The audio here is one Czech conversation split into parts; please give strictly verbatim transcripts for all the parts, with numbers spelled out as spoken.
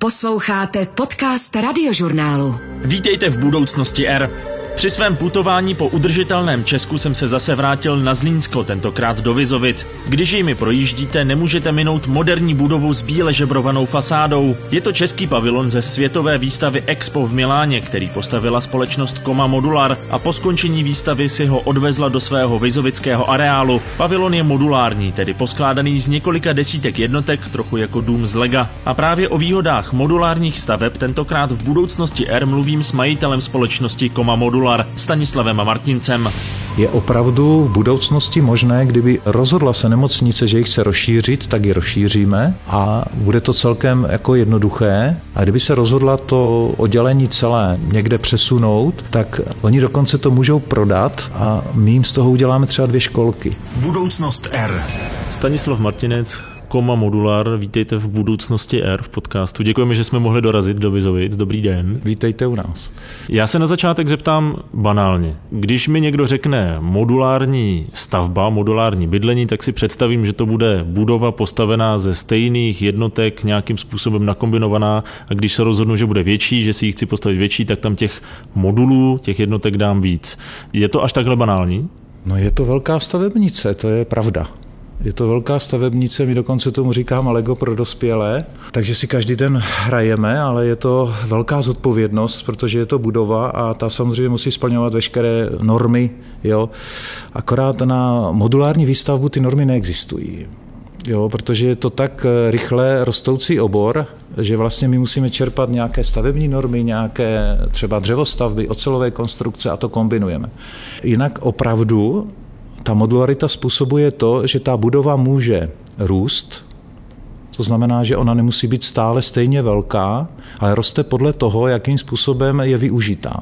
Posloucháte podcast Radiožurnálu. Vítejte v budoucnosti R. Při svém putování po udržitelném Česku jsem se zase vrátil na Zlínsko, tentokrát do Vizovic. Když jimi projíždíte, nemůžete minout moderní budovu s bíle žebrovanou fasádou. Je to český pavilon ze světové výstavy Expo v Miláně, který postavila společnost Koma Modular a po skončení výstavy si ho odvezla do svého vizovického areálu. Pavilon je modulární, tedy poskládaný z několika desítek jednotek, trochu jako dům z lega. A právě o výhodách modulárních staveb tentokrát v budoucnosti R mluvím s majitelem společnosti Koma Modular, Stanislavem Martincem. Je opravdu v budoucnosti možné, kdyby rozhodla se nemocnice, že ji chce rozšířit, tak ji rozšíříme a bude to celkem jako jednoduché. A kdyby se rozhodla to oddělení celé někde přesunout, tak oni dokonce to můžou prodat a my jim z toho uděláme třeba dvě školky. Budoucnost R. Stanislav Martinec, Koma Modular, vítejte v budoucnosti R v podcastu. Děkujeme, že jsme mohli dorazit do Vizovic. Dobrý den. Vítejte u nás. Já se na začátek zeptám banálně. Když mi někdo řekne modulární stavba, modulární bydlení, tak si představím, že to bude budova postavená ze stejných jednotek, nějakým způsobem nakombinovaná, a když se rozhodnu, že bude větší, že si ji chci postavit větší, tak tam těch modulů, těch jednotek dám víc. Je to až takhle banální? No je to velká stavebnice, to je pravda. Je to velká stavebnice, my dokonce tomu říkáme Lego pro dospělé, takže si každý den hrajeme, ale je to velká zodpovědnost, protože je to budova a ta samozřejmě musí splňovat veškeré normy, jo. Akorát na modulární výstavbu ty normy neexistují. Jo, protože je to tak rychle rostoucí obor, že vlastně my musíme čerpat nějaké stavební normy, nějaké třeba dřevostavby, ocelové konstrukce a to kombinujeme. Jinak opravdu ta modularita způsobuje to, že ta budova může růst, to znamená, že ona nemusí být stále stejně velká, ale roste podle toho, jakým způsobem je využitá.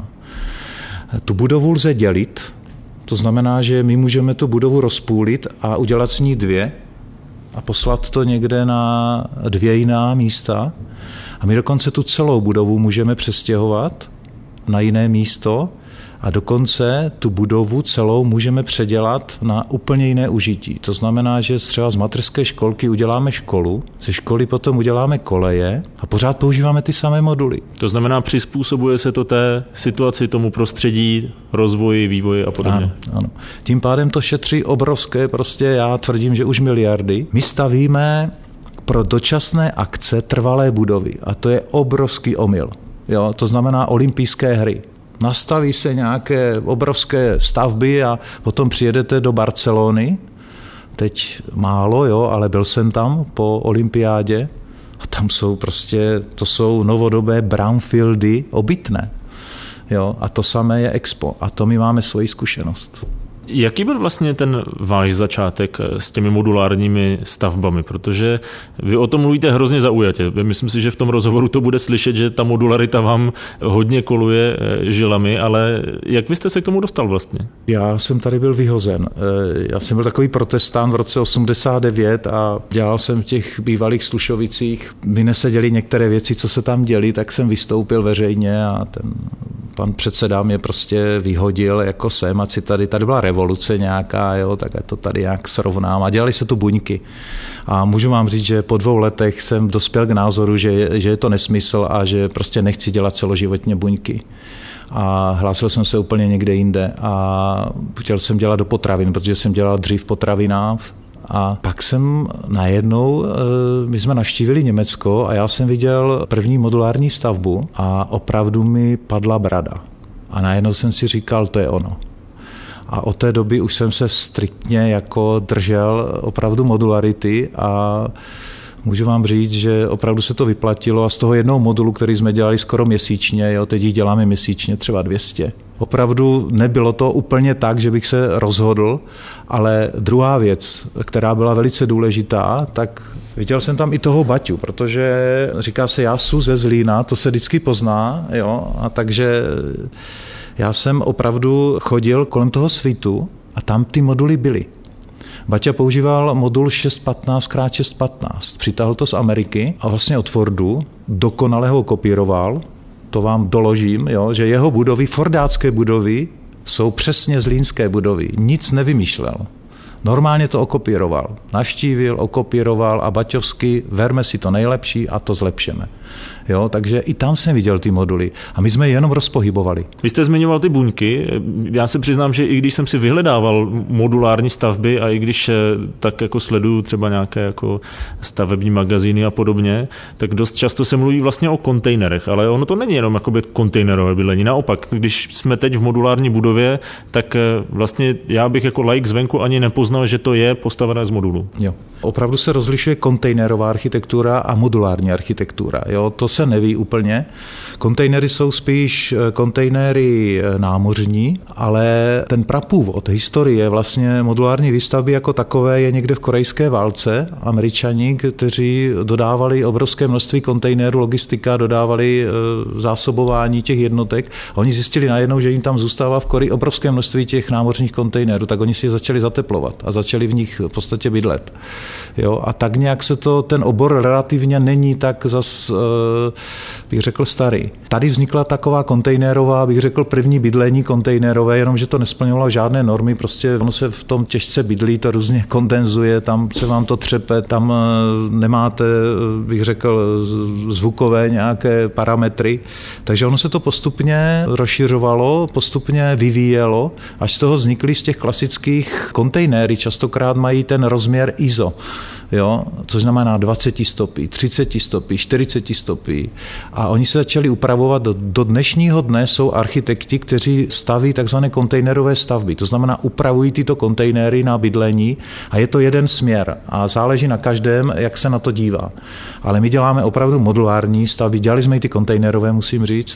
Tu budovu lze dělit, to znamená, že my můžeme tu budovu rozpůlit a udělat z ní dvě a poslat to někde na dvě jiná místa. A my dokonce tu celou budovu můžeme přestěhovat na jiné místo, a dokonce tu budovu celou můžeme předělat na úplně jiné užití. To znamená, že třeba z mateřské školky uděláme školu, ze školy potom uděláme koleje a pořád používáme ty samé moduly. To znamená, přizpůsobuje se to té situaci, tomu prostředí, rozvoji, vývoji a podobně. Ano, ano. Tím pádem to šetří obrovské, prostě já tvrdím, že už miliardy. My stavíme pro dočasné akce trvalé budovy a to je obrovský omyl. Jo, to znamená olympijské hry. Nastaví se nějaké obrovské stavby a potom přijedete do Barcelony, teď málo, jo, ale byl jsem tam po olympiádě a tam jsou prostě, to jsou novodobé brownfieldy obytné, jo, a to samé je Expo a to my máme svoji zkušenost. Jaký byl vlastně ten váš začátek s těmi modulárními stavbami? Protože vy o tom mluvíte hrozně zaujatě. Myslím si, že v tom rozhovoru to bude slyšet, že ta modularita vám hodně koluje žilami, ale jak vy jste se k tomu dostal vlastně? Já jsem tady byl vyhozen. Já jsem byl takový protestant v roce osmdesát devět a dělal jsem v těch bývalých Slušovicích. My neseděli některé věci, co se tam děli, tak jsem vystoupil veřejně a ten pan předseda mě prostě vyhodil jako sem, a si tady, tady byla revoluce nějaká, jo, tak to tady nějak srovnám a dělali se tu buňky. A můžu vám říct, že po dvou letech jsem dospěl k názoru, že, že je to nesmysl a že prostě nechci dělat celoživotně buňky. A hlásil jsem se úplně někde jinde a chtěl jsem dělat do potravin, protože jsem dělal dřív v potravinách. A pak jsem najednou, my jsme navštívili Německo a já jsem viděl první modulární stavbu a opravdu mi padla brada. A najednou jsem si říkal, to je ono. A od té doby už jsem se striktně jako držel opravdu modularity a můžu vám říct, že opravdu se to vyplatilo a z toho jednoho modulu, který jsme dělali skoro měsíčně, jo, teď jich děláme měsíčně třeba dvě stě. Opravdu nebylo to úplně tak, že bych se rozhodl, ale druhá věc, která byla velice důležitá, tak viděl jsem tam i toho Baťu, protože říká se, já jsou ze Zlína, to se vždycky pozná, jo, a takže já jsem opravdu chodil kolem toho svitu a tam ty moduly byly. Baťa používal modul šest patnáct krát šest patnáct, přitáhl to z Ameriky a vlastně od Fordu dokonale ho kopíroval, to vám doložím, jo, že jeho budovy, fordácké budovy, jsou přesně zlínské budovy, nic nevymýšlel. Normálně to okopíroval. Navštívil, okopíroval a baťovsky, verme si to nejlepší a to zlepšeme. Jo, takže i tam jsem viděl ty moduly a my jsme je jenom rozpohybovali. Vy jste zmiňoval ty buňky. Já se přiznám, že i když jsem si vyhledával modulární stavby a i když tak jako sleduju třeba nějaké jako stavební magazíny a podobně, tak dost často se mluví vlastně o kontejnerech, ale ono to není jenom jakoby kontejnerové bydlení. Naopak, když jsme teď v modulární budově, tak vlastně já bych jako laik zvenku ani nepoznal, že to je postavené z modulu. Jo. Opravdu se rozlišuje kontejnerová architektura a modulární architektura. Jo, to se neví úplně. Kontejnery jsou spíš kontejnery námořní, ale ten prapůvod historie vlastně modulární výstavby jako takové je někde v korejské válce. Američani, kteří dodávali obrovské množství kontejnerů, logistika, dodávali zásobování těch jednotek. A oni zjistili najednou, že jim tam zůstává v Koreji obrovské množství těch námořních kontejnerů, tak oni si je začali zateplovat a začali v nich v podstatě bydlet. Jo, a tak nějak se to, ten obor relativně není tak zas, bych řekl, starý. Tady vznikla taková kontejnerová, bych řekl, první bydlení kontejnerové, jenomže to nesplňovalo žádné normy, prostě ono se v tom těžce bydlí, to různě kondenzuje, tam se vám to třepe, tam nemáte, bych řekl, zvukové nějaké parametry, takže ono se to postupně rozšiřovalo, postupně vyvíjelo, až z toho vznikly z těch klasických kontejnery, častokrát mají ten rozměr I S O. Jo, což znamená dvacet stopí, třicet stopí, čtyřicet stopí. A oni se začali upravovat. Do, do dnešního dne jsou architekti, kteří staví takzvané kontejnerové stavby. To znamená, upravují tyto kontejnery na bydlení a je to jeden směr. A záleží na každém, jak se na to dívá. Ale my děláme opravdu modulární stavby. Dělali jsme i ty kontejnerové, musím říct.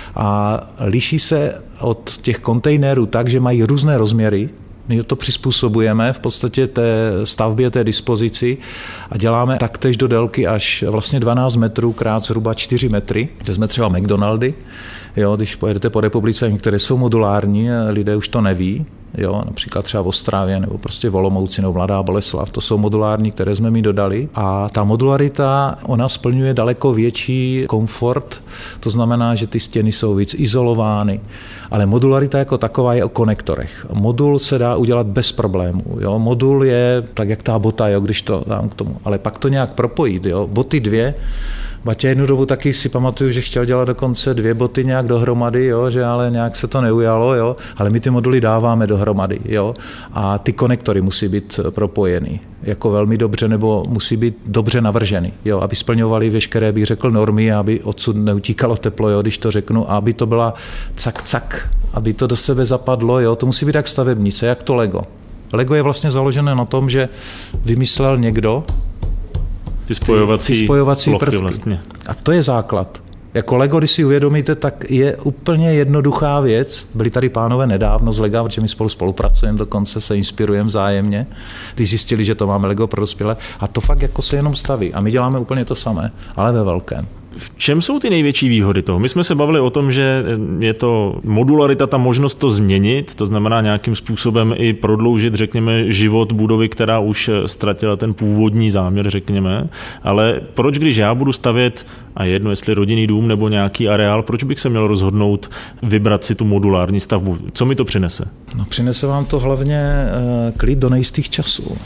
A liší se od těch kontejnerů tak, že mají různé rozměry. My to přizpůsobujeme v podstatě té stavbě, té dispozici a děláme taktéž do délky až vlastně dvanáct metrů krát zhruba čtyři metry, kde jsme třeba McDonaldy. Jo, když pojedete po republice, některé jsou modulární, lidé už to neví. Jo, například třeba v Ostravě nebo prostě v Olomouci nebo Mladá Boleslav, to jsou modulární, které jsme mi dodali. A ta modularita, ona splňuje daleko větší komfort, to znamená, že ty stěny jsou víc izolovány. Ale modularita jako taková je o konektorech. Modul se dá udělat bez problémů. Jo. Modul je tak, jak ta bota, jo, když to dám k tomu. Ale pak to nějak propojit. Jo. Boty dvě, Baťa jednu dobu taky si pamatuju, že chtěl dělat dokonce dvě boty nějak dohromady, jo, že ale nějak se to neujalo, jo, ale my ty moduly dáváme dohromady, jo, a ty konektory musí být propojeny jako velmi dobře, nebo musí být dobře navrženy, jo, aby splňovaly veškeré, bych řekl, normy, aby odsud neutíkalo teplo, jo, když to řeknu, a aby to byla cak, cak, aby to do sebe zapadlo, jo, to musí být jak stavebnice, jak to Lego. Lego je vlastně založené na tom, že vymyslel někdo, Ty spojovací, ty spojovací plochy prvky. Vlastně. A to je základ. Jako Lego, když si uvědomíte, tak je úplně jednoduchá věc. Byli tady pánové nedávno z Lega, protože my spolu spolupracujeme, dokonce se inspirujeme vzájemně. Ty zjistili, že to máme Lego pro dospělé. A to fakt jako se jenom staví. A my děláme úplně to samé, ale ve velkém. V čem jsou ty největší výhody toho? My jsme se bavili o tom, že je to modularita, ta možnost to změnit, to znamená nějakým způsobem i prodloužit, řekněme, život budovy, která už ztratila ten původní záměr, řekněme. Ale proč, když já budu stavět, a jedno, jestli rodinný dům nebo nějaký areál, proč bych se měl rozhodnout vybrat si tu modulární stavbu? Co mi to přinese? No, přinese vám to hlavně uh, klid do nejistých časů.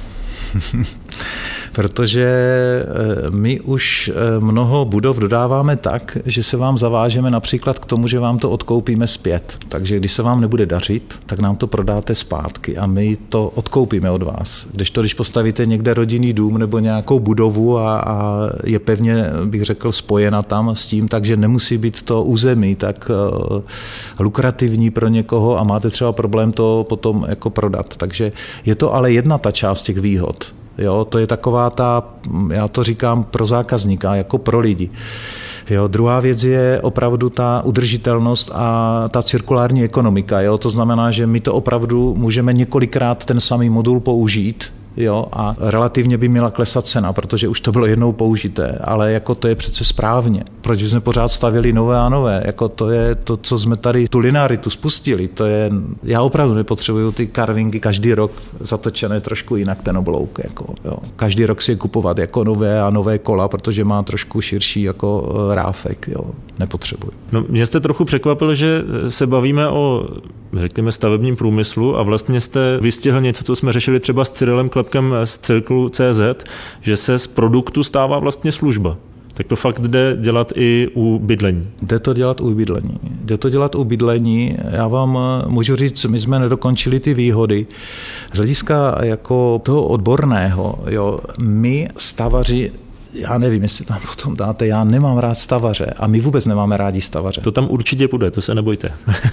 Protože my už mnoho budov dodáváme tak, že se vám zavážeme například k tomu, že vám to odkoupíme zpět. Takže když se vám nebude dařit, tak nám to prodáte zpátky a my to odkoupíme od vás. Kdežto, když postavíte někde rodinný dům nebo nějakou budovu a, a je pevně, bych řekl, spojena tam s tím, takže nemusí být to území tak uh, lukrativní pro někoho a máte třeba problém to potom jako prodat. Takže je to ale jedna ta část těch výhod. Jo, to je taková ta, já to říkám pro zákazníka, jako pro lidi. Jo, druhá věc je opravdu ta udržitelnost a ta cirkulární ekonomika. Jo, to znamená, že my to opravdu můžeme několikrát ten samý modul použít. Jo, a relativně by měla klesat cena, protože už to bylo jednou použité, ale jako to je přece správně. Proč jsme pořád stavěli nové a nové? Jako to je to, co jsme tady tu linearitu spustili. To je, já opravdu nepotřebuju ty carvingy každý rok zatočené trošku jinak ten oblouk. Jako, jo. Každý rok si je kupovat jako nové a nové kola, protože má trošku širší jako ráfek. Jo. Nepotřebuji. No, mě jste trochu překvapil, že se bavíme o, řekněme, stavebním průmyslu a vlastně jste vystihl něco, co jsme řešili třeba s Cyrilem Klepkem z Cirklu tečka cé zet, že se z produktu stává vlastně služba. Tak to fakt jde dělat i u bydlení. Jde to dělat u bydlení. Jde to dělat u bydlení. Já vám můžu říct, my jsme nedokončili ty výhody. Z hlediska jako toho odborného, jo, my stavaři, já nevím, jestli tam potom dáte, já nemám rád stavaře a my vůbec nemáme rádi stavaře. To tam určitě bude, to se nebojte.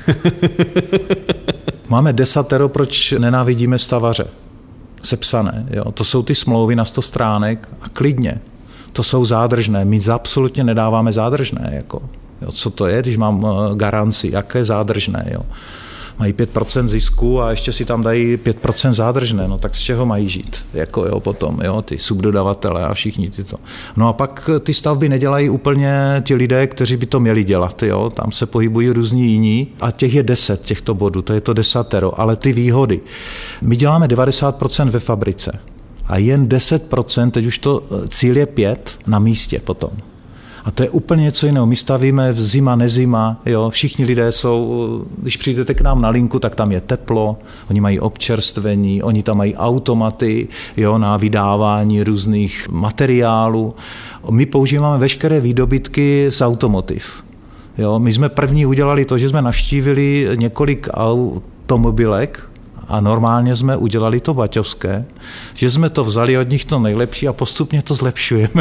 Máme desatero, proč nenávidíme stavaře. Sepsané, jo. To jsou ty smlouvy na sto stránek a klidně. To jsou zádržné. My absolutně nedáváme zádržné. Jako. Jo, co to je, když mám garanci? Jaké zádržné? Jo. Mají pět procent zisku a ještě si tam dají pět procent zádržné. No tak z čeho mají žít? Jako, jo, potom, jo, ty subdodavatele a všichni tyto. No a pak ty stavby nedělají úplně ti lidé, kteří by to měli dělat. Jo. Tam se pohybují různí jiní a těch je deset těchto bodů, to je to desatero. Ale ty výhody. My děláme devadesát procent ve fabrice. A jen deset procent, teď už to cíl je pět, na místě potom. A to je úplně něco jiného. My stavíme v zima, nezima, jo. Všichni lidé jsou, když přijdete k nám na linku, tak tam je teplo, oni mají občerstvení, oni tam mají automaty, jo, na vydávání různých materiálů. My používáme veškeré výdobytky z automotiv. Jo. My jsme první udělali to, že jsme navštívili několik automobilek, a normálně jsme udělali to baťovské, že jsme to vzali od nich to nejlepší a postupně to zlepšujeme.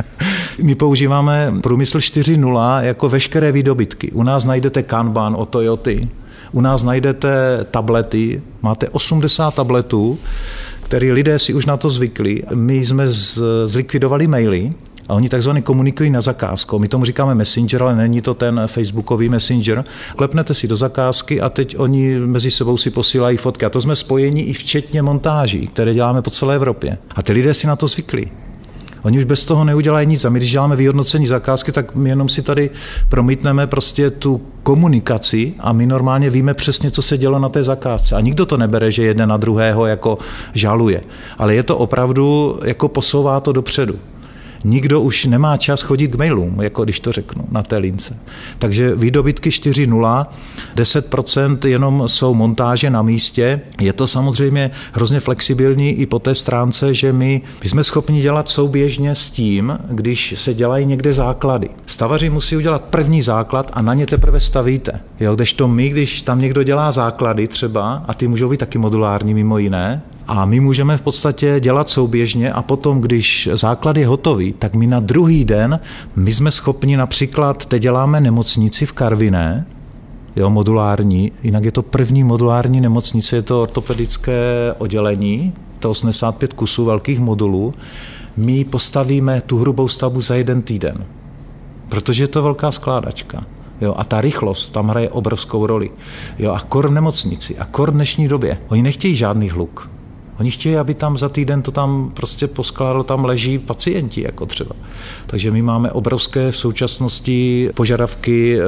My používáme průmysl čtyři tečka nula jako veškeré výdobytky. U nás najdete Kanban od Toyoty, u nás najdete tablety, máte osmdesát tabletů, které lidé si už na to zvykli. My jsme z, zlikvidovali maily, a oni takzvaně komunikují na zakázku. My tomu říkáme Messenger, ale není to ten facebookový Messenger. Klepnete si do zakázky a teď oni mezi sebou si posílají fotky. A to jsme spojeni i včetně montáží, které děláme po celé Evropě. A ty lidé si na to zvykli. Oni už bez toho neudělají nic. A my, když děláme vyhodnocení zakázky, tak my jenom si tady promítneme prostě tu komunikaci a my normálně víme přesně, co se dělo na té zakázce. A nikdo to nebere, že jeden na druhého jako žaluje. Ale je to opravdu, jako posouvá to dopředu. Nikdo už nemá čas chodit k mailům, jako když to řeknu, na té lince. Takže výdobytky čtyři tečka nula, deset procent jenom jsou montáže na místě. Je to samozřejmě hrozně flexibilní i po té stránce, že my, my jsme schopni dělat souběžně s tím, když se dělají někde základy. Stavaři musí udělat první základ a na ně teprve stavíte. Jo, kdežto my, když tam někdo dělá základy třeba, a ty můžou být taky modulární mimo jiné, a my můžeme v podstatě dělat souběžně a potom, když základ je hotový, tak my na druhý den, my jsme schopni například, teď děláme nemocnici v Karviné, jo, modulární, jinak je to první modulární nemocnice, je to ortopedické oddělení, to osmdesát pět kusů velkých modulů, my postavíme tu hrubou stavbu za jeden týden, protože je to velká skládačka. Jo, a ta rychlost tam hraje obrovskou roli. Jo, a kor v nemocnici, a kor v dnešní době, oni nechtějí žádný hluk. Oni chtějí, aby tam za týden to tam prostě poskládalo, tam leží pacienti jako třeba. Takže my máme obrovské v současnosti požadavky e,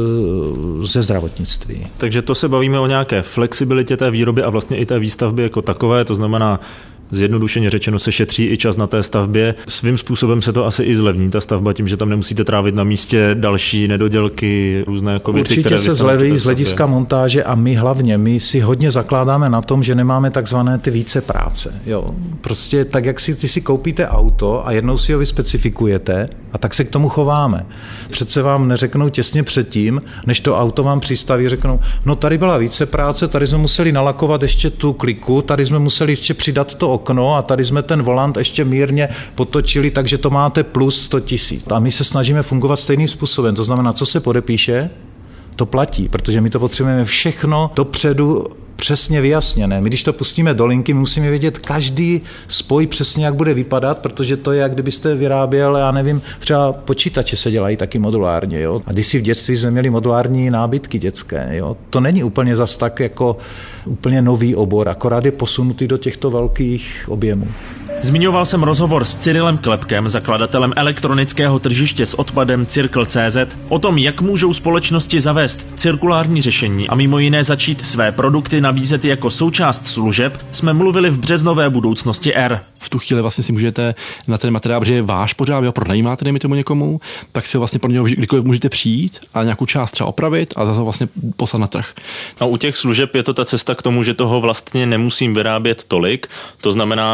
ze zdravotnictví. Takže to se bavíme o nějaké flexibilitě té výroby a vlastně i té výstavby jako takové, to znamená, zjednodušeně řečeno se šetří i čas na té stavbě. Svým způsobem se to asi i zlevní, ta stavba, tím, že tam nemusíte trávit na místě další nedodělky, různé jako věci, určitě které se zleví z hlediska montáže a my hlavně, my si hodně zakládáme na tom, že nemáme takzvané ty více práce. Jo. Prostě tak, jak si, ty si koupíte auto a jednou si ho vyspecifikujete a tak se k tomu chováme. Přece vám neřeknou těsně předtím, než to auto vám přistaví, řeknou, no tady byla více práce, tady jsme museli nalakovat ještě tu kliku, tady jsme museli ještě přidat to okno a tady jsme ten volant ještě mírně potočili, takže to máte plus sto tisíc. A my se snažíme fungovat stejným způsobem. To znamená, co se podepíše, to platí, protože my to potřebujeme všechno dopředu přesně vyjasněné. My když to pustíme do linky, musíme vědět každý spoj přesně, jak bude vypadat, protože to je, jak kdybyste vyráběl, já nevím, třeba počítače se dělají taky modulárně. Jo? A když si v dětství jsme měli modulární nábytky dětské, jo? To není úplně zas tak jako úplně nový obor, akorát je posunutý do těchto velkých objemů. Zmiňoval jsem rozhovor s Cyrilem Klepkem, zakladatelem elektronického tržiště s odpadem Circle tečka cé zet, o tom, jak můžou společnosti zavést cirkulární řešení a mimo jiné začít své produkty nabízet jako součást služeb, jsme mluvili v březnové budoucnosti R. V tu chvíli vlastně si můžete na ten materiál, protože je váš pořád, ho pronajímáte, dejme tomu někomu, tak si vlastně pro něho kdykoliv můžete přijít a nějakou část třeba opravit a zase vlastně poslat na trh. A u těch služeb je to ta cesta k tomu, že toho vlastně nemusím vyrábět tolik, to znamená,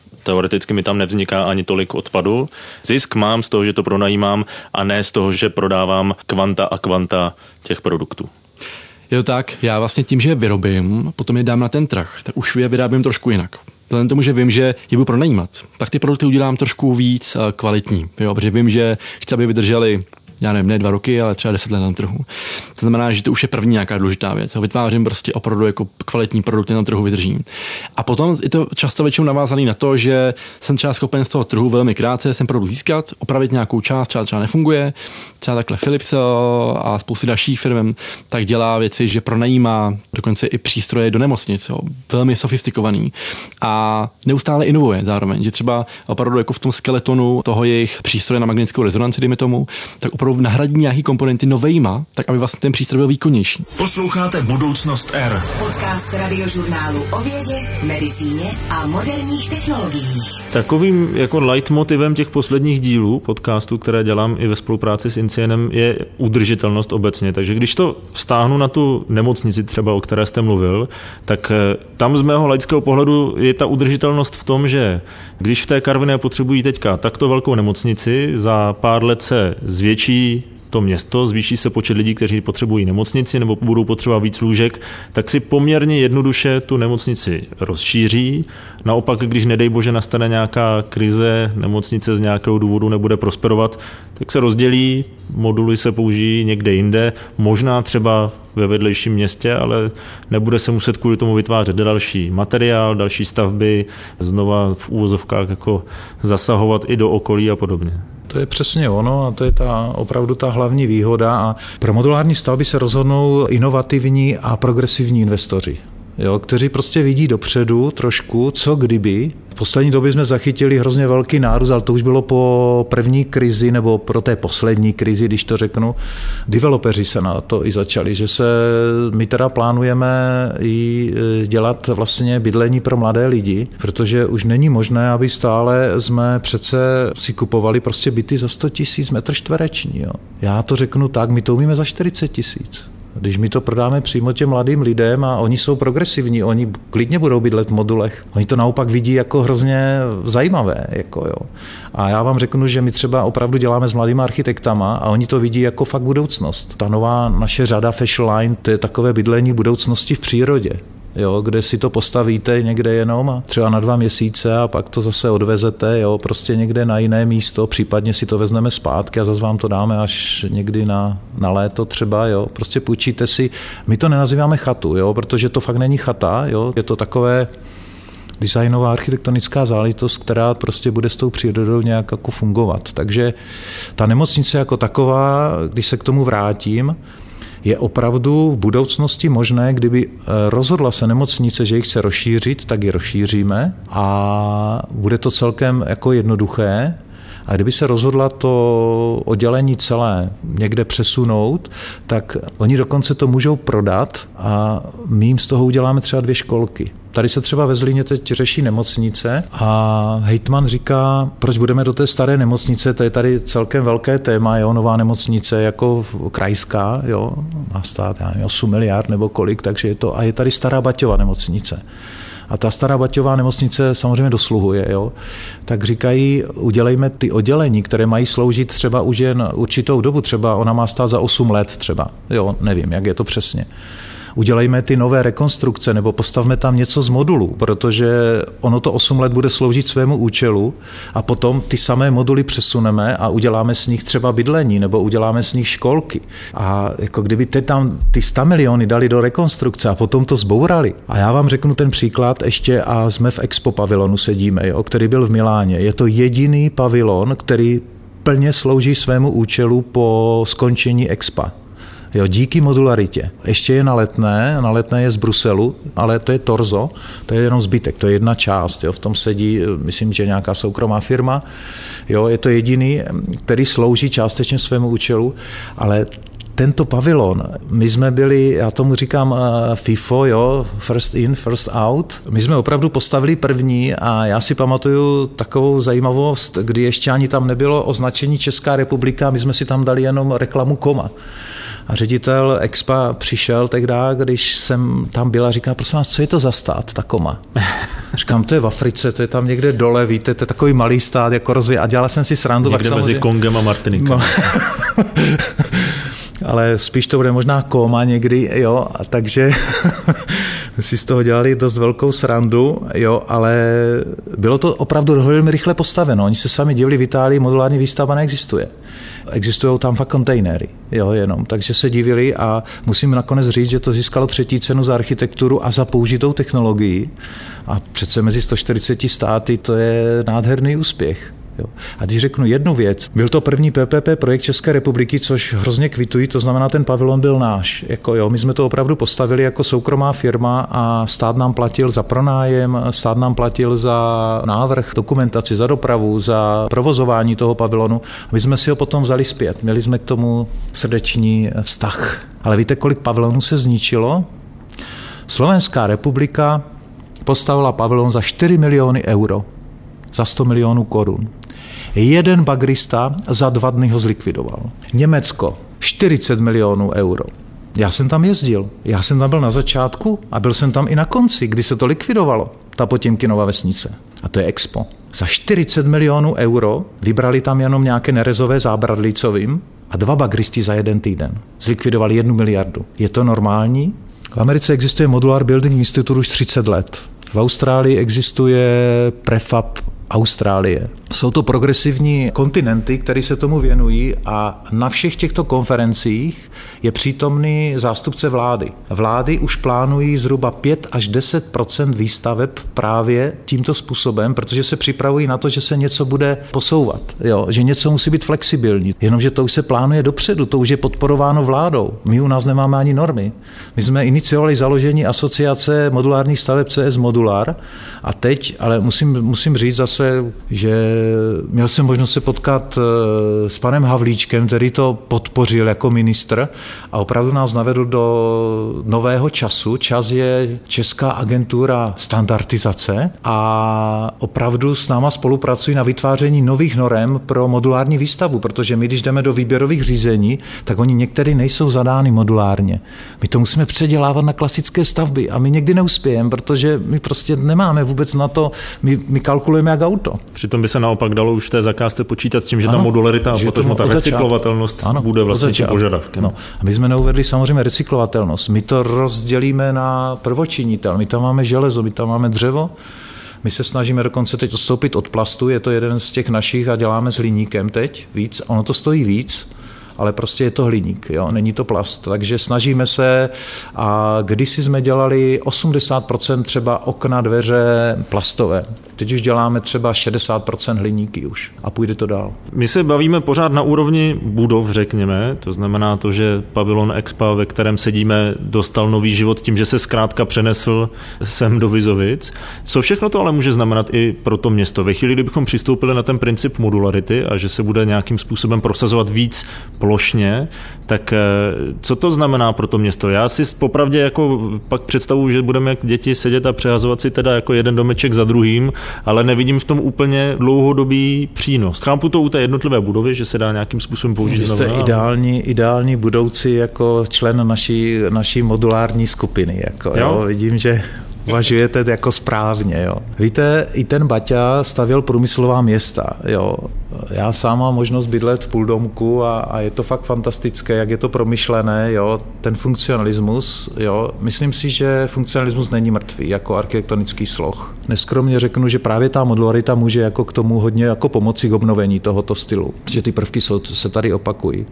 Teoreticky mi tam nevzniká ani tolik odpadu. Zisk mám z toho, že to pronajímám a ne z toho, že prodávám kvanta a kvanta těch produktů. Je to tak, já vlastně tím, že je vyrobím, potom je dám na ten trh, tak už je vyrábím trošku jinak. Vzhledem tomu, že vím, že je budu pronajímat, tak ty produkty udělám trošku víc kvalitní, jo, protože vím, že chci, aby vydrželi, já nevím, ne dva roky, ale třeba deset let na trhu. To znamená, že to už je první nějaká důležitá věc. Vytvářím prostě opravdu jako kvalitní produkty na trhu vydržím. A potom je to často většinou navázaný na to, že jsem třeba schopen z toho trhu velmi krátce jsem produkt získat, opravit nějakou část, třeba třeba nefunguje. Třeba takhle Philips a spousty dalších firm tak dělá věci, že pronajímá dokonce i přístroje do nemocnic, jo, velmi sofistikovaný a neustále inovuje zároveň, že třeba opravdu jako v tom skeletonu toho jejich přístroje na magnetickou rezonanci, dejme tomu, tak opravdu nahradí nějaký komponenty novejma, tak aby vlastně ten přístroj byl výkonnější. Posloucháte Budoucnost R. Podcast Radiožurnálu o vědě, medicíně a moderních technologiích. Takovým jako leitmotivem těch posledních dílů podcastu, které dělám i ve spolupráci s Incienem, je udržitelnost obecně. Takže když to vztáhnu na tu nemocnici třeba, o které jste mluvil, tak tam z mého laického pohledu je ta udržitelnost v tom, že když v té Karviné potřebují teďka takto velkou nemocnici, za pár let se zvětší to město, zvýší se počet lidí, kteří potřebují nemocnici nebo budou potřebovat víc lůžek, tak si poměrně jednoduše tu nemocnici rozšíří. Naopak, když nedej bože nastane nějaká krize, nemocnice z nějakého důvodu nebude prosperovat, tak se rozdělí, moduly se použijí někde jinde, možná třeba ve vedlejším městě, ale nebude se muset kvůli tomu vytvářet další materiál, další stavby, znova v úvozovkách jako zasahovat i do okolí a podobně. To je přesně ono a to je ta, opravdu ta hlavní výhoda a pro modulární stavby se rozhodnou inovativní a progresivní investoři, jo, kteří prostě vidí dopředu trošku, co kdyby. V poslední době jsme zachytili hrozně velký nárůst, ale to už bylo po první krizi nebo pro té poslední krizi, když to řeknu. Developeři se na to i začali, že se my teda plánujeme i dělat vlastně bydlení pro mladé lidi, protože už není možné, aby stále jsme přece si kupovali prostě byty za sto tisíc metr čtvereční. Jo. Já to řeknu tak, my to umíme za čtyřicet tisíc. Když my to prodáme přímo těm mladým lidem a oni jsou progresivní, oni klidně budou bydlet v modulech. Oni to naopak vidí jako hrozně zajímavé. Jako jo. A já vám řeknu, že my třeba opravdu děláme s mladými architektama a oni to vidí jako fakt budoucnost. Ta nová naše řada Fashion Line, to je takové bydlení budoucnosti v přírodě. Jo, kde si to postavíte někde jenom a třeba na dva měsíce a pak to zase odvezete, jo, prostě někde na jiné místo, případně si to vezneme zpátky a zase vám to dáme až někdy na, na léto třeba, jo, prostě půjčíte si, my to nenazýváme chatu, jo, protože to fakt není chata, jo, je to takové designová architektonická záležitost, která prostě bude s tou přírodou nějak jako fungovat. Takže ta nemocnice jako taková, když se k tomu vrátím, je opravdu v budoucnosti možné, kdyby rozhodla se nemocnice, že ji chce rozšířit, tak ji rozšíříme a bude to celkem jako jednoduché. A kdyby se rozhodla to oddělení celé někde přesunout, tak oni dokonce to můžou prodat a my jim z toho uděláme třeba dvě školky. Tady se třeba ve Zlíně teď řeší nemocnice a hejtman říká, proč budeme do té staré nemocnice, to je tady celkem velké téma, jo, nová nemocnice jako krajská, jo, má stát, já nevím, osm miliard nebo kolik, takže je to, a je tady stará Baťova nemocnice. A ta stará Baťová nemocnice samozřejmě dosluhuje, jo. Tak říkají, udělejme ty oddělení, které mají sloužit třeba už jen určitou dobu, třeba ona má stát za osm let třeba, jo, nevím, jak je to přesně. Udělejme ty nové rekonstrukce nebo postavme tam něco z modulů, protože ono to osm let bude sloužit svému účelu a potom ty samé moduly přesuneme a uděláme z nich třeba bydlení nebo uděláme z nich školky. A jako kdyby ty tam ty sto miliony dali do rekonstrukce a potom to zbourali. A já vám řeknu ten příklad ještě a jsme v Expo pavilonu sedíme, jo, který byl v Miláně. Je to jediný pavilon, který plně slouží svému účelu po skončení Expa. Jo, díky modularitě. Ještě je na Letné, na Letné je z Bruselu, ale to je torzo, to je jenom zbytek, to je jedna část. Jo, v tom sedí, myslím, že nějaká soukromá firma. Jo, je to jediný, který slouží částečně svému účelu, ale tento pavilon, my jsme byli, já tomu říkám uh, FIFO, jo, first in, first out. My jsme opravdu postavili první a já si pamatuju takovou zajímavost, kdy ještě ani tam nebylo označení Česká republika, my jsme si tam dali jenom reklamu koma. A ředitel Expa přišel tehdy, když jsem tam byl a říká, prosím vás, co je to za stát, ta Koma? Říkám, to je v Africe, to je tam někde dole, víte, to je takový malý stát, jako rozvíj. A dělala jsem si srandu. Někde mezi Kongem a Martinikem. No. Ale spíš to bude možná Koma někdy, jo, a takže si z toho dělali dost velkou srandu, jo, ale bylo to opravdu velmi rychle postaveno. Oni se sami divili, v Itálii modulární výstavba neexistuje. Existují tam fakt kontejnery, jo, jenom. Takže se divili a musím nakonec říct, že to získalo třetí cenu za architekturu a za použitou technologii. A přece mezi sto čtyřiceti státy to je nádherný úspěch. Jo. A když řeknu jednu věc, byl to první P P P projekt České republiky, což hrozně kvituji, to znamená, ten pavilon byl náš. Jako jo, my jsme to opravdu postavili jako soukromá firma a stát nám platil za pronájem, stát nám platil za návrh, dokumentaci, za dopravu, za provozování toho pavilonu. My jsme si ho potom vzali zpět. Měli jsme k tomu srdeční vztah. Ale víte, kolik pavilonů se zničilo? Slovenská republika postavila pavilon za čtyři miliony euro, za sto milionů korun. Jeden bagrista za dva dny ho zlikvidoval. Německo čtyřicet milionů euro. Já jsem tam jezdil. Já jsem tam byl na začátku a byl jsem tam i na konci, kdy se to likvidovalo, ta Potěmkinova vesnice. A to je Expo. Za čtyřicet milionů euro vybrali tam jenom nějaké nerezové zábradlí, co vím, a dva bagristi za jeden týden. Zlikvidovali jednu miliardu. Je to normální? V Americe existuje Modular Building Institute už třicet let. V Austrálii existuje Prefab Austrálie. Jsou to progresivní kontinenty, které se tomu věnují a na všech těchto konferencích je přítomný zástupce vlády. Vlády už plánují zhruba pět až deset procent výstaveb právě tímto způsobem, protože se připravují na to, že se něco bude posouvat, jo? Že něco musí být flexibilní. Jenomže to už se plánuje dopředu, to už je podporováno vládou. My u nás nemáme ani normy. My jsme iniciovali založení asociace modulárních staveb C S Modular a teď, ale musím, musím říct zase, že měl jsem možnost se potkat s panem Havlíčkem, který to podpořil jako ministr a opravdu nás navedl do nového času. Čas je Česká agentura standardizace a opravdu s náma spolupracují na vytváření nových norem pro modulární výstavbu, protože my, když jdeme do výběrových řízení, tak oni některé nejsou zadány modulárně. My to musíme předělávat na klasické stavby a my někdy neuspějeme, protože my prostě nemáme vůbec na to, my, my kalkulujeme jak auto. Přitom by se naopak dalo už v té zakázce počítat s tím, že ano, ta modularita a potom ta recyklovatelnost ano, bude vlastně tím požadavkem. No. A my jsme neuvedli samozřejmě recyklovatelnost. My to rozdělíme na prvočinitel. My tam máme železo, my tam máme dřevo. My se snažíme dokonce teď odstoupit od plastu, je to jeden z těch našich a děláme s hliníkem teď víc. Ono to stojí víc, ale prostě je to hliník, jo? Není to plast. Takže snažíme se a kdysi jsme dělali osmdesát procent třeba okna, dveře plastové. Teď už děláme třeba šedesát procent hliníky už a půjde to dál. My se bavíme pořád na úrovni budov, řekněme. To znamená to, že pavilon Expa, ve kterém sedíme, dostal nový život tím, že se zkrátka přenesl sem do Vizovic. Co všechno to ale může znamenat i pro to město? Ve chvíli, kdybychom přistoupili na ten princip modularity a že se bude nějakým způsobem prosazovat víc plošně, tak co to znamená pro to město? Já si popravdě jako pak představuji, že budeme jak děti sedět a přehazovat si teda jako jeden domeček za druhým, ale nevidím v tom úplně dlouhodobý přínos. Chápu to u té jednotlivé budovy, že se dá nějakým způsobem použít. Jste ideální, ideální budoucí jako člen naší, naší modulární skupiny. Jako, jo? Jo, vidím, že uvažujete jako správně. Jo. Víte, i ten Baťa stavěl průmyslová města. Jo. Já sám mám možnost bydlet v půldomku a, a je to fakt fantastické, jak je to promyšlené, jo. Ten funkcionalismus. Jo. Myslím si, že funkcionalismus není mrtvý jako architektonický sloh. Neskromně řeknu, že právě ta modularita může jako k tomu hodně jako pomoci k obnovení tohoto stylu, protože ty prvky jsou, se tady opakují.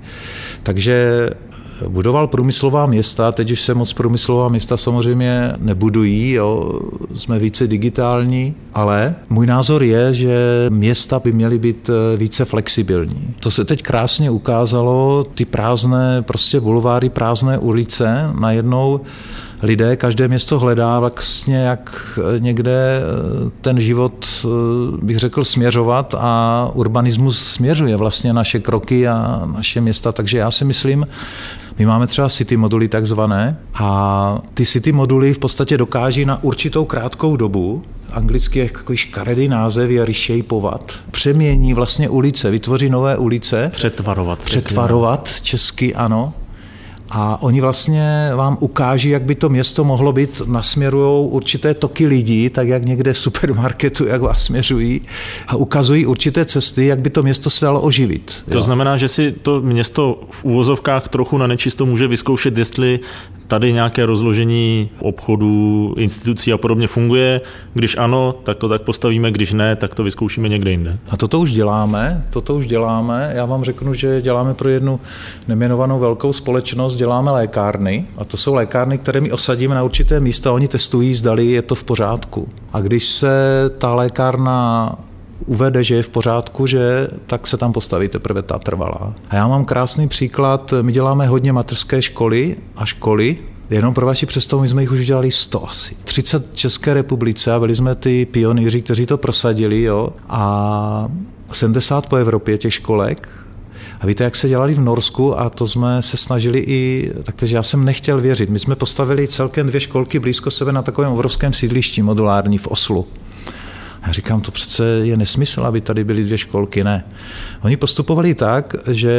Takže budoval průmyslová města, teď už se moc průmyslová města samozřejmě nebudují, jo, jsme více digitální, ale můj názor je, že města by měly být více flexibilní. To se teď krásně ukázalo, ty prázdné prostě bulváry, prázdné ulice, najednou lidé, každé město hledá vlastně, jak někde ten život, bych řekl, směřovat a urbanismus směřuje vlastně naše kroky a naše města, takže já si myslím, my máme třeba city moduly takzvané a ty city moduly v podstatě dokáží na určitou krátkou dobu, anglicky je takový škaredý název, je reshapeovat, přemění vlastně ulice, vytvoří nové ulice. Přetvarovat. Přetvarovat, česky ano. A oni vlastně vám ukáží, jak by to město mohlo být, nasměrujou určité toky lidí, tak jak někde v supermarketu, jak vás směřují a ukazují určité cesty, jak by to město se dalo oživit. To jo. Znamená, že si to město v uvozovkách trochu na nečisto může vyzkoušet, jestli tady nějaké rozložení obchodů, institucí a podobně funguje. Když ano, tak to tak postavíme, když ne, tak to vyzkoušíme někde jinde. A toto už děláme, toto už děláme. Já vám řeknu, že děláme pro jednu nejmenovanou velkou společnost, děláme lékárny a to jsou lékárny, které my osadíme na určité místa, oni testují, zdali je to v pořádku. A když se ta lékárna uvede, že je v pořádku, že tak se tam postaví teprve ta trvalá. A já mám krásný příklad, my děláme hodně mateřské školy a školy, jenom pro vaši představu, my jsme jich už udělali sto asi. třicet v České republice a byli jsme ty pionýři, kteří to prosadili, jo, a sedmdesát po Evropě těch školek. A víte, jak se dělali v Norsku a to jsme se snažili i, takže já jsem nechtěl věřit. My jsme postavili celkem dvě školky blízko sebe na takovém obrovském sídlišti modulární v Oslu. Já říkám, to přece je nesmysl, aby tady byly dvě školky. Ne. Oni postupovali tak, že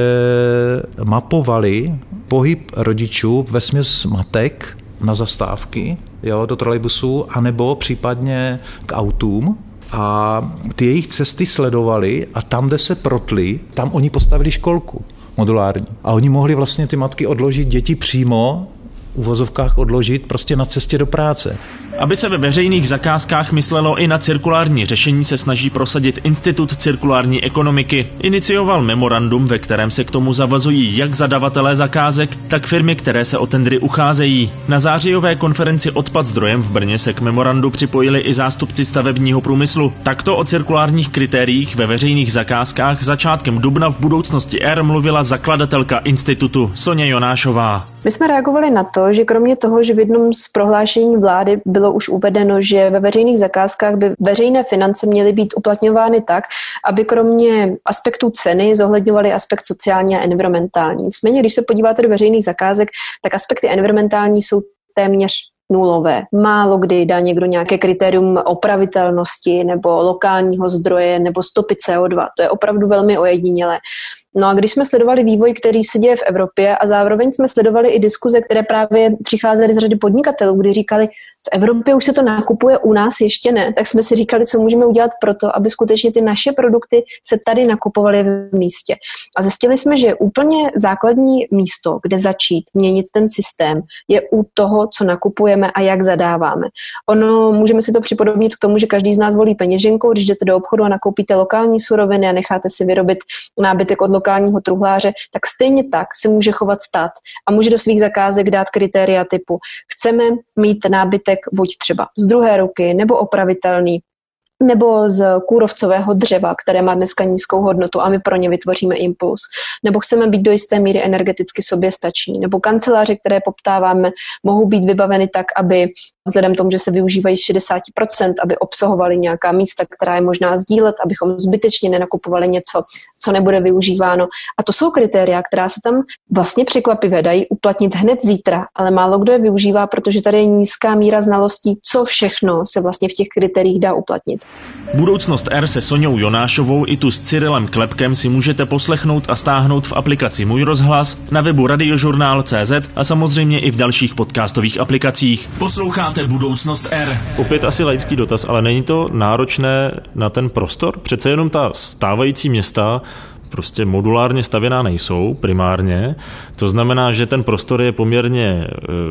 mapovali pohyb rodičů vesměs matek na zastávky, jo, do trolejbusů, anebo případně k autům. A ty jejich cesty sledovali a tam, kde se protli, tam oni postavili školku modulární. A oni mohli vlastně ty matky odložit děti přímo, v uvozovkách odložit, prostě na cestě do práce. Aby se ve veřejných zakázkách myslelo i na cirkulární řešení, se snaží prosadit Institut cirkulární ekonomiky. Inicioval memorandum, ve kterém se k tomu zavazují jak zadavatelé zakázek, tak firmy, které se o tendry ucházejí. Na zářijové konferenci Odpad zdrojem v Brně se k memorandu připojili i zástupci stavebního průmyslu. Takto o cirkulárních kritériích ve veřejných zakázkách začátkem dubna v Budoucnosti R mluvila zakladatelka institutu Soňa Jonášová. My jsme reagovali na to, že kromě toho, že v jednom z prohlášení vlády bylo už uvedeno, že ve veřejných zakázkách by veřejné finance měly být uplatňovány tak, aby kromě aspektů ceny zohledňovaly aspekt sociální a environmentální. Nicméně, když se podíváte do veřejných zakázek, tak aspekty environmentální jsou téměř nulové. Málo kdy dá někdo nějaké kritérium opravitelnosti nebo lokálního zdroje nebo stopy C O dva. To je opravdu velmi ojedinělé. No a když jsme sledovali vývoj, který se děje v Evropě a zároveň jsme sledovali i diskuze, které právě přicházely z řady podnikatelů, kdy říkali, v Evropě už se to nakupuje, u nás ještě ne, tak jsme si říkali, co můžeme udělat pro to, aby skutečně ty naše produkty se tady nakupovaly v místě. A zjistili jsme, že úplně základní místo, kde začít měnit ten systém, je u toho, co nakupujeme a jak zadáváme. Ono, můžeme si to připodobnit k tomu, že každý z nás volí peněženkou, když jdete do obchodu a nakoupíte lokální suroviny a necháte si vyrobit nábytek od lokálního truhláře, tak stejně tak se může chovat stát a může do svých zakázek dát kritéria typu chceme mít nábytek buď třeba z druhé ruky nebo opravitelný, nebo z kůrovcového dřeva, které má dneska nízkou hodnotu a my pro ně vytvoříme impuls. Nebo chceme být do jisté míry energeticky soběstační. Nebo kanceláře, které poptáváme, mohou být vybaveny tak, aby vzhledem tomu, že se využívají z šedesát procent, aby obsahovaly nějaká místa, která je možná sdílet, abychom zbytečně nenakupovali něco, co nebude využíváno. A to jsou kritéria, která se tam vlastně překvapivě dají uplatnit hned zítra, ale málo kdo je využívá, protože tady je nízká míra znalostí, co všechno se vlastně v těch kritériích dá uplatnit. Budoucnost R se Soňou Jonášovou i tu s Cyrilem Klepkem si můžete poslechnout a stáhnout v aplikaci Můj rozhlas, na webu radiožurnál tečka cé zet a samozřejmě i v dalších podcastových aplikacích. Posloucháte Budoucnost R. Opět asi laický dotaz, ale není to náročné na ten prostor? Přece jenom ta stávající města prostě modulárně stavěná nejsou primárně. To znamená, že ten prostor je poměrně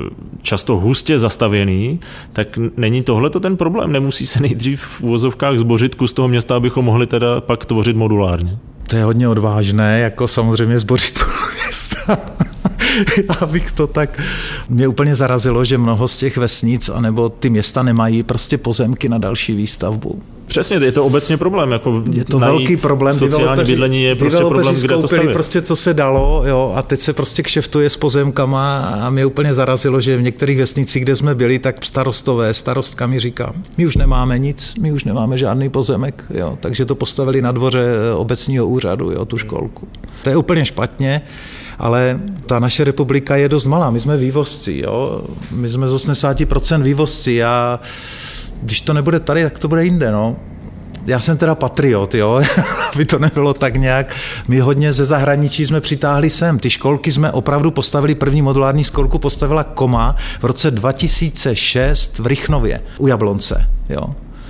často hustě zastavěný, tak není tohleto ten problém? Nemusí se nejdřív v uvozovkách zbořit kus toho města, abychom mohli teda pak tvořit modulárně? To je hodně odvážné, jako samozřejmě zbořit města. Abych to tak... Mě úplně zarazilo, že mnoho z těch vesnic anebo ty města nemají prostě pozemky na další výstavbu. Přesně, je to obecně problém. Jako je to velký problém. Sociální bydlení je prostě problém, kde to stavět. Prostě co se dalo, jo, a teď se prostě kšeftuje s pozemkama a mě úplně zarazilo, že v některých vesnicích, kde jsme byli, tak starostové, starostka mi říká, my už nemáme nic, my už nemáme žádný pozemek, jo, takže to postavili na dvoře obecního úřadu, jo, tu školku. To je úplně špatně. Ale ta naše republika je dost malá, my jsme vývozci, jo? My jsme z osmdesát procent vývozci a když to nebude tady, tak to bude jinde, no. Já jsem teda patriot, jo, aby to nebylo tak nějak. My hodně ze zahraničí jsme přitáhli sem. Ty školky jsme opravdu postavili, první modulární školku postavila Koma v roce dva tisíce šest v Rychnově u Jablonce, jo.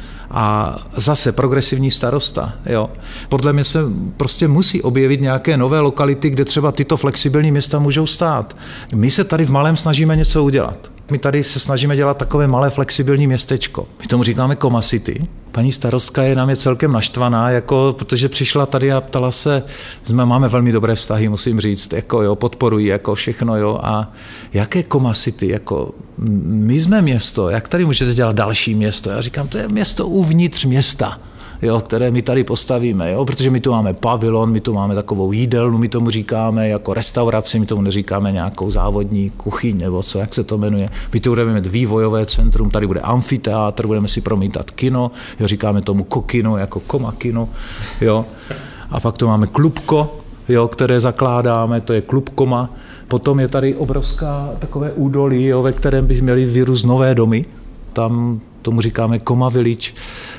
A zase progresivní starosta. Jo. Podle mě se prostě musí objevit nějaké nové lokality, kde třeba tyto flexibilní města můžou stát. My se tady v malém snažíme něco udělat. My tady se snažíme dělat takové malé flexibilní městečko. My tomu říkáme Koma City. Paní starostka je nám je celkem naštvaná, jako, protože přišla tady a ptala se, jsme máme velmi dobré vztahy, musím říct, jako, jo, podporují jako všechno, jo, a jaké Koma City, jako, my jsme město, jak tady můžete dělat další město? Já říkám, to je město uvnitř města, jo, které my tady postavíme, jo, protože my tu máme pavilon, my tu máme takovou jídelnu, my tomu říkáme jako restauraci, my tomu neříkáme nějakou závodní kuchyň nebo co, jak se to jmenuje. My tu budeme mít vývojové centrum, tady bude amfiteátr, budeme si promítat kino, jo, říkáme tomu kokino, jako Koma kino, jo. A pak tu máme klubko, jo, které zakládáme, to je klub Koma. Potom je tady obrovská takové údolí, jo, ve kterém by měli vyrůst nové domy. Tam tomu říkáme Koma Village.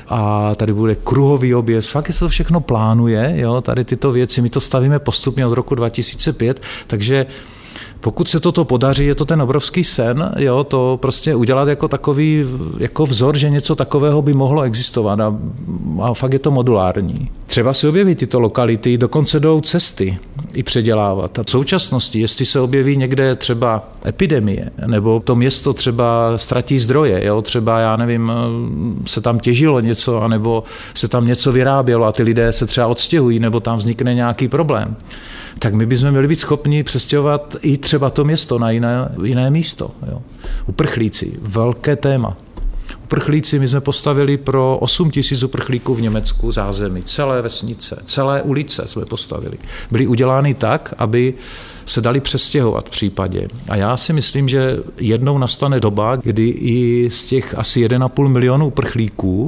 A tady bude kruhový objezd, fakt se to všechno plánuje, jo, tady tyto věci, my to stavíme postupně od roku dva tisíce pět, takže pokud se toto podaří, je to ten obrovský sen, jo, to prostě udělat jako takový jako vzor, že něco takového by mohlo existovat a, a fakt je to modulární. Třeba si objeví tyto lokality, dokonce jdou cesty i předělávat. A v současnosti, jestli se objeví někde třeba epidemie, nebo to město třeba ztratí zdroje, jo, třeba, já nevím, se tam těžilo něco, anebo se tam něco vyrábělo a ty lidé se třeba odstěhují, nebo tam vznikne nějaký problém, tak my bychom měli být schopni přestěhovat i třeba to město na jiné, jiné místo. Jo. Uprchlíci, velké téma. Uprchlíci, my jsme postavili pro osm tisíc uprchlíků v Německu zázemí, celé vesnice, celé ulice jsme postavili. Byly udělány tak, aby se dali přestěhovat v případě. A já si myslím, že jednou nastane doba, kdy i z těch asi jeden a půl milionu uprchlíků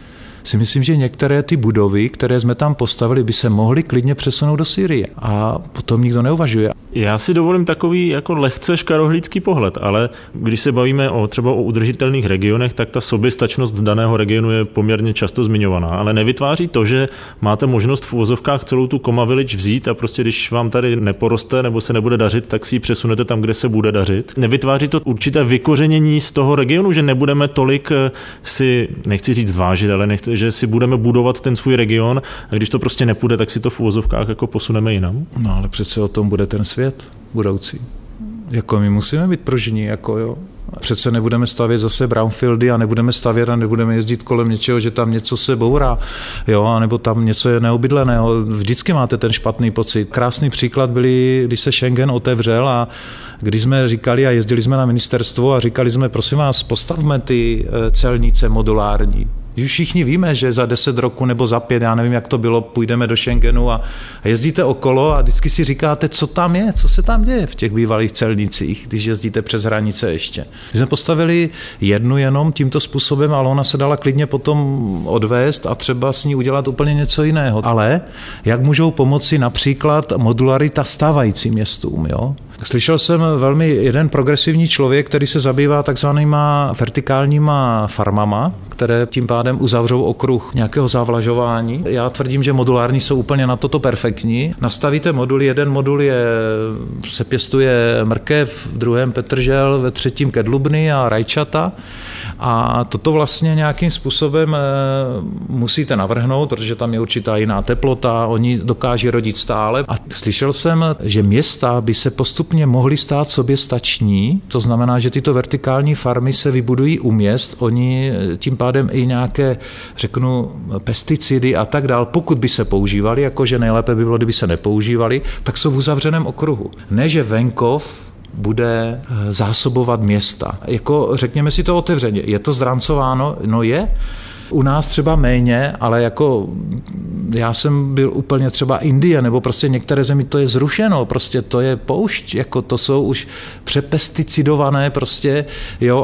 si myslím, že některé ty budovy, které jsme tam postavili, by se mohly klidně přesunout do Sýrie. A potom nikdo neuvažuje. Já si dovolím takový jako lehce škarohlídský pohled, ale když se bavíme o třeba o udržitelných regionech, tak ta soběstačnost daného regionu je poměrně často zmiňovaná, ale nevytváří to, že máte možnost v uvozovkách celou tu Koma Village vzít a prostě když vám tady neporoste nebo se nebude dařit, tak si ji přesunete tam, kde se bude dařit. Nevytváří to určité vykořenění z toho regionu, že nebudeme tolik si, nechci říct vážit, ale nechci, že si budeme budovat ten svůj region a když to prostě nepůjde, tak si to v uvozovkách jako posuneme jinam. No ale přece o tom bude ten svět budoucí. Jako my musíme být pružní, jako jo. Přece nebudeme stavět zase brownfieldy a nebudeme stavět a nebudeme jezdit kolem něčeho, že tam něco se bourá, jo, anebo tam něco je neobydleného. Vždycky máte ten špatný pocit. Krásný příklad byly, když se Schengen otevřel a když jsme říkali a jezdili jsme na ministerstvo a říkali jsme, prosím vás, postavme ty celnice modulární. Už všichni víme, že za deset roku nebo za pět, já nevím, jak to bylo, půjdeme do Schengenu a jezdíte okolo a vždycky si říkáte, co tam je, co se tam děje v těch bývalých celnicích, když jezdíte přes hranice ještě. My jsme postavili jednu jenom tímto způsobem, ale ona se dala klidně potom odvést a třeba s ní udělat úplně něco jiného. Ale jak můžou pomoci například modularita stávajícím městům, jo? Slyšel jsem velmi jeden progresivní člověk, který se zabývá takzvanýma vertikálníma farmama, které tím pádem uzavřou okruh nějakého zavlažování. Já tvrdím, že modulární jsou úplně na toto perfektní. Nastavíte moduly, jeden modul je, se pěstuje mrkev, v druhém petržel, ve třetím kedlubny a rajčata. A toto vlastně nějakým způsobem musíte navrhnout, protože tam je určitá jiná teplota, oni dokáží rodit stále. A slyšel jsem, že města by se postupně mohly stát soběstační, to znamená, že tyto vertikální farmy se vybudují u měst, oni tím pádem i nějaké, řeknu, pesticidy a tak dál, pokud by se používali, jakože nejlépe by bylo, kdyby se nepoužívali, tak jsou v uzavřeném okruhu. Ne, že venkov bude zásobovat města. Jako řekněme si to otevřeně, je to zdrancováno? No je. U nás třeba méně, ale jako já jsem byl úplně třeba Indie, nebo prostě některé zemi to je zrušeno, prostě to je poušť, jako to jsou už přepesticidované prostě, jo, a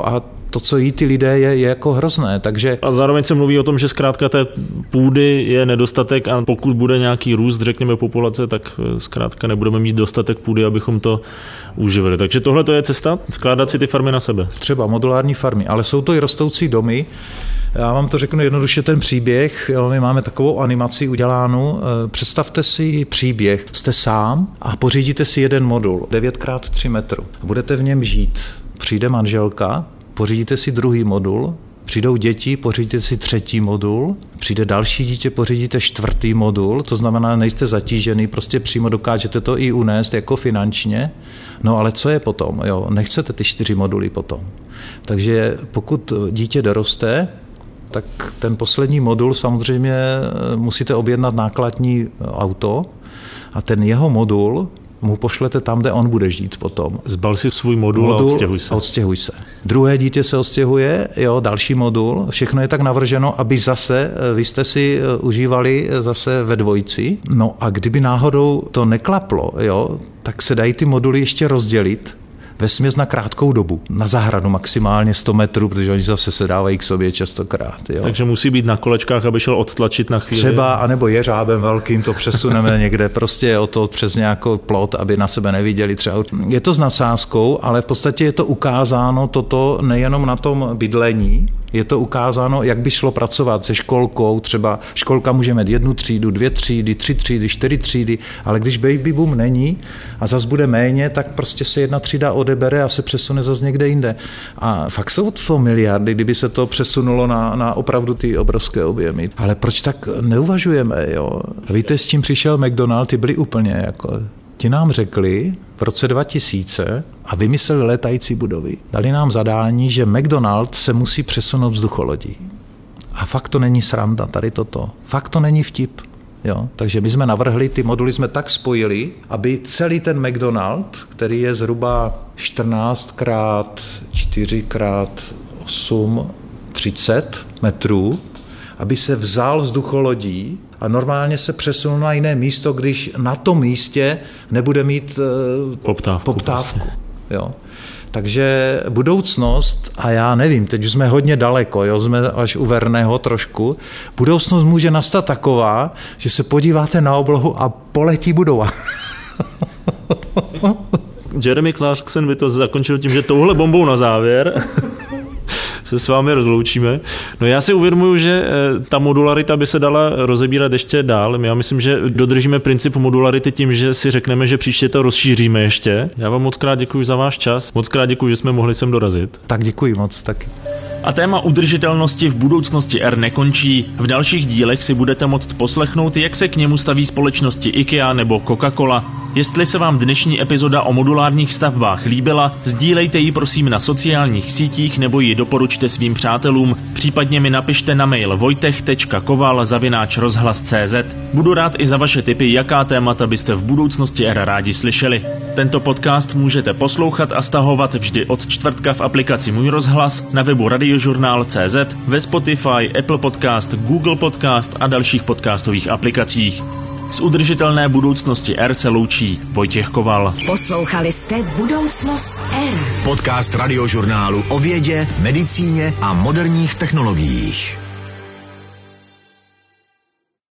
to, co jí ty lidé, je, je jako hrozné. Takže... A zároveň se mluví o tom, že zkrátka té půdy je nedostatek a pokud bude nějaký růst, řekněme, populace, tak zkrátka nebudeme mít dostatek půdy, abychom to uživili. Takže tohle to je cesta, skládat si ty farmy na sebe. Třeba modulární farmy, ale jsou to i rostoucí domy. Já vám to řeknu jednoduše ten příběh. Jo, my máme takovou animaci udělánu. Představte si příběh. Jste sám a pořídíte si jeden modul, devět krát tři metru. Budete v něm žít. Přijde manželka, pořídíte si druhý modul, přijdou děti, pořídíte si třetí modul, přijde další dítě, pořídíte čtvrtý modul, to znamená, nejste zatížený, prostě přímo dokážete to i unést jako finančně. No ale co je potom? Jo, nechcete ty čtyři moduly potom. Takže pokud dítě doroste, tak ten poslední modul samozřejmě musíte objednat nákladní auto a ten jeho modul mu pošlete tam, kde on bude žít potom. Zbal si svůj modul, modul a odstěhuj se. odstěhuj se. Druhé dítě se odstěhuje, jo, další modul. Všechno je tak navrženo, aby zase vy jste si užívali zase ve dvojici. No a kdyby náhodou to neklaplo, jo, tak se dají ty moduly ještě rozdělit vesměs na krátkou dobu. Na zahradu maximálně sto metrů, protože oni zase se dávají k sobě častokrát. Jo. Takže musí být na kolečkách, aby šel odtlačit na chvíli. Třeba, anebo jeřábem velkým to přesuneme někde, prostě o to přes nějaký plot, aby na sebe neviděli třeba. Je to s nadsázkou, ale v podstatě je to ukázáno toto nejenom na tom bydlení, je to ukázáno, jak by šlo pracovat se školkou, třeba školka může mít jednu třídu, dvě třídy, tři třídy, čtyři třídy, ale když baby boom není a zas bude méně, tak prostě se jedna třída odebere a se přesune zase někde jinde. A fakt jsou to miliardy, kdyby se to přesunulo na, na opravdu ty obrovské objemy. Ale proč tak neuvažujeme, jo? Víte, s čím přišel McDonald, ty byli úplně jako... Ti nám řekli v roce dva tisíce a vymysleli létající budovy. Dali nám zadání, že McDonald se musí přesunout vzducholodí. A fakt to není sranda, tady toto. Fakt to není vtip. Jo? Takže my jsme navrhli, ty moduly jsme tak spojili, aby celý ten McDonald, který je zhruba čtrnáct krát čtyři krát osm, třicet metrů, aby se vzal vzducholodí a normálně se přesunul na jiné místo, když na tom místě nebude mít poptávku. poptávku. Jo. Takže budoucnost, a já nevím, teď už jsme hodně daleko, jo, jsme až u Verného trošku, budoucnost může nastat taková, že se podíváte na oblohu a poletí budova. Jeremy Clarkson by to zakončil tím, že touhle bombou na závěr se s vámi rozloučíme. No já si uvědomuji, že ta modularita by se dala rozebírat ještě dál. Já myslím, že dodržíme princip modularity tím, že si řekneme, že příště to rozšíříme ještě. Já vám moc krát děkuji za váš čas. Moc krát děkuji, že jsme mohli sem dorazit. Tak děkuji moc taky. A téma udržitelnosti v budoucnosti R nekončí. V dalších dílech si budete moct poslechnout, jak se k němu staví společnosti IKEA nebo Coca-Cola. Jestli se vám dnešní epizoda o modulárních stavbách líbila, sdílejte ji prosím na sociálních sítích nebo ji doporučte svým přátelům. Případně mi napište na mail vojtech tečka koval zavináč rozhlas tečka cé zet. Budu rád i za vaše tipy, jaká témata byste v budoucnosti R rádi slyšeli. Tento podcast můžete poslouchat a stahovat vždy od čtvrtka v aplikaci Můj rozhlas, na webu radiožurnál tečka cé zet, ve Spotify, Apple Podcast, Google Podcast a dalších podcastových aplikacích. Z udržitelné budoucnosti R se loučí Vojtěch Koval. Poslouchali jste Budoucnost R. Podcast radiožurnálu o vědě, medicíně a moderních technologiích.